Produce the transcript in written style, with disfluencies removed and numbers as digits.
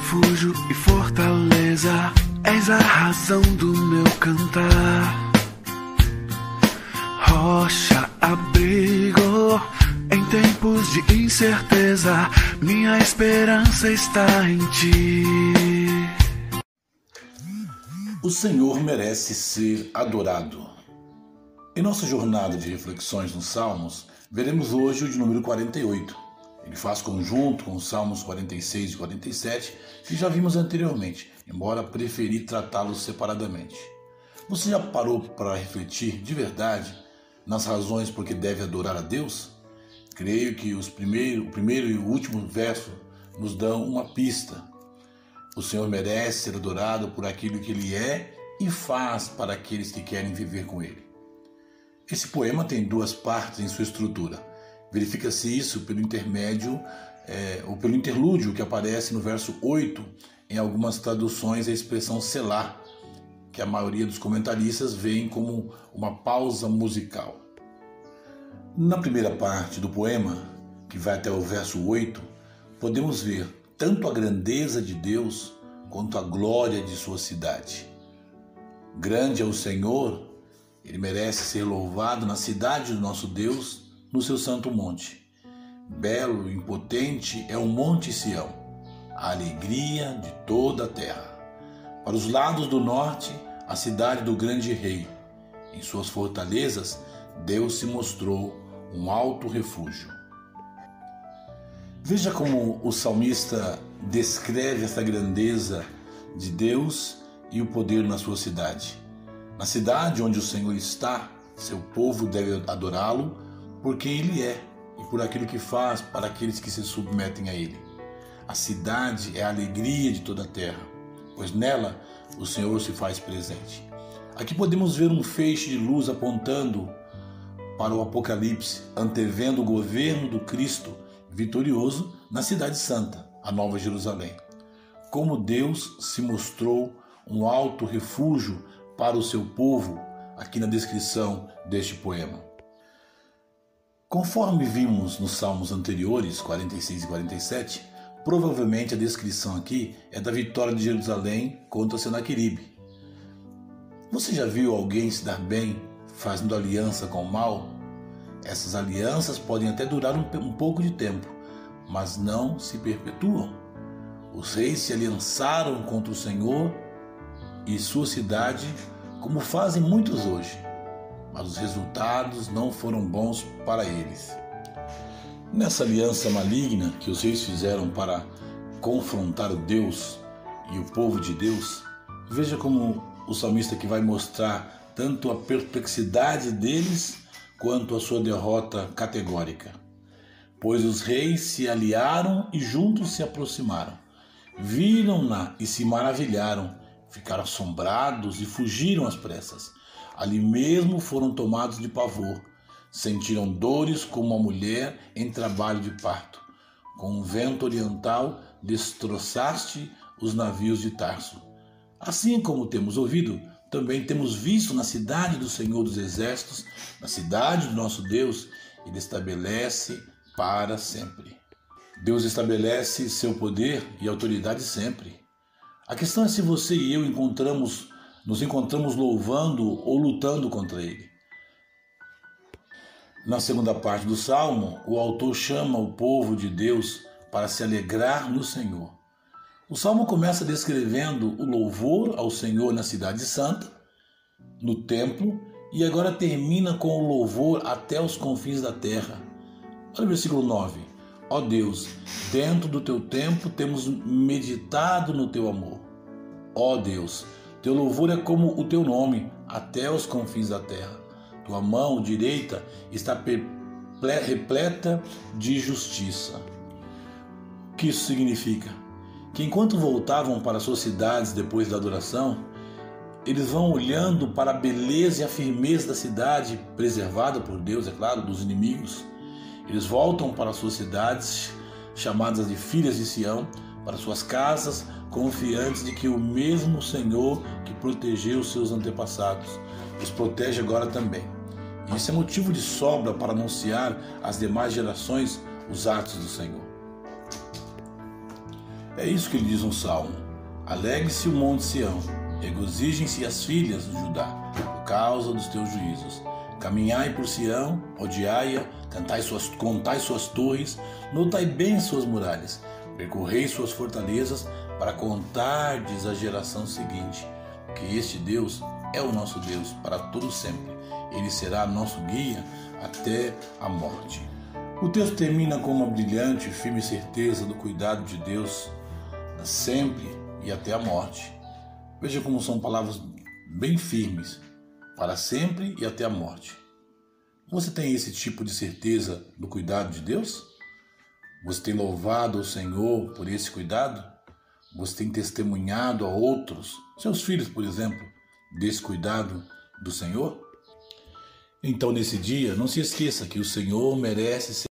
refúgio e fortaleza, és a razão do meu cantar. Rocha, abrigo, em tempos de incerteza, minha esperança está em ti. O Senhor merece ser adorado. Em nossa jornada de reflexões nos Salmos, veremos hoje o de número 48. Ele faz conjunto com os Salmos 46 e 47, que já vimos anteriormente, embora preferi tratá-los separadamente. Você já parou para refletir de verdade nas razões por que deve adorar a Deus? Creio que o primeiro e o último verso nos dão uma pista. O Senhor merece ser adorado por aquilo que Ele é e faz para aqueles que querem viver com Ele. Esse poema tem duas partes em sua estrutura. Verifica-se isso pelo interlúdio que aparece no verso 8, em algumas traduções a expressão selá, que a maioria dos comentaristas veem como uma pausa musical. Na primeira parte do poema, que vai até o verso 8, podemos ver tanto a grandeza de Deus quanto a glória de sua cidade. Grande é o Senhor, Ele merece ser louvado na cidade do nosso Deus, no seu santo monte. Belo e potente é o monte Sião, a alegria de toda a terra. Para os lados do norte, a cidade do grande rei. Em suas fortalezas, Deus se mostrou um alto refúgio. Veja como o salmista descreve essa grandeza de Deus e o poder na sua cidade. Na cidade onde o Senhor está, seu povo deve adorá-lo por quem Ele é e por aquilo que faz para aqueles que se submetem a Ele. A cidade é a alegria de toda a terra, pois nela o Senhor se faz presente. Aqui podemos ver um feixe de luz apontando para o Apocalipse, antevendo o governo do Cristo vitorioso na Cidade Santa, a Nova Jerusalém. Como Deus se mostrou um alto refúgio para o seu povo, aqui na descrição deste poema. Conforme vimos nos salmos anteriores, 46 e 47, provavelmente a descrição aqui é da vitória de Jerusalém contra Senaqueribe. Você já viu alguém se dar bem fazendo aliança com o mal? Essas alianças podem até durar um pouco de tempo, mas não se perpetuam. Os reis se aliançaram contra o Senhor e sua cidade, como fazem muitos hoje, mas os resultados não foram bons para eles. Nessa aliança maligna que os reis fizeram para confrontar o Deus e o povo de Deus, veja como o salmista que vai mostrar tanto a perplexidade deles quanto a sua derrota categórica. Pois os reis se aliaram e juntos se aproximaram. Viram-na e se maravilharam, ficaram assombrados e fugiram às pressas. Ali mesmo foram tomados de pavor. Sentiram dores como uma mulher em trabalho de parto. Com o vento oriental destroçaste os navios de Tarso. Assim como temos ouvido, também temos visto na cidade do Senhor dos Exércitos, na cidade do nosso Deus, Ele estabelece para sempre. Deus estabelece seu poder e autoridade sempre. A questão é se você e eu nos encontramos louvando ou lutando contra Ele. Na segunda parte do Salmo, o autor chama o povo de Deus para se alegrar no Senhor. O Salmo começa descrevendo o louvor ao Senhor na Cidade Santa, no templo, e agora termina com o louvor até os confins da terra. Olha o versículo 9. Ó Deus, dentro do teu templo temos meditado no teu amor. Ó Deus, teu louvor é como o teu nome, até os confins da terra. Tua mão direita está repleta de justiça. O que isso significa? Que enquanto voltavam para suas cidades depois da adoração, eles vão olhando para a beleza e a firmeza da cidade, preservada por Deus, é claro, dos inimigos. Eles voltam para suas cidades, chamadas de filhas de Sião, para suas casas, confiantes de que o mesmo Senhor que protegeu os seus antepassados os protege agora também. E isso é motivo de sobra para anunciar às demais gerações os atos do Senhor. É isso que ele diz no Salmo. Alegre-se o monte Sião, regozijem-se as filhas de Judá, por causa dos teus juízos. Caminhai por Sião, odiai-a, contai suas torres, notai bem suas muralhas, percorrei suas fortalezas, para contardes à geração seguinte, que este Deus é o nosso Deus para todo sempre. Ele será nosso guia até a morte. O texto termina com uma brilhante e firme certeza do cuidado de Deus sempre e até a morte. Veja como são palavras bem firmes, para sempre e até a morte. Você tem esse tipo de certeza do cuidado de Deus? Você tem louvado o Senhor por esse cuidado? Você tem testemunhado a outros, seus filhos, por exemplo, desse cuidado do Senhor? Então, nesse dia, não se esqueça que o Senhor merece ser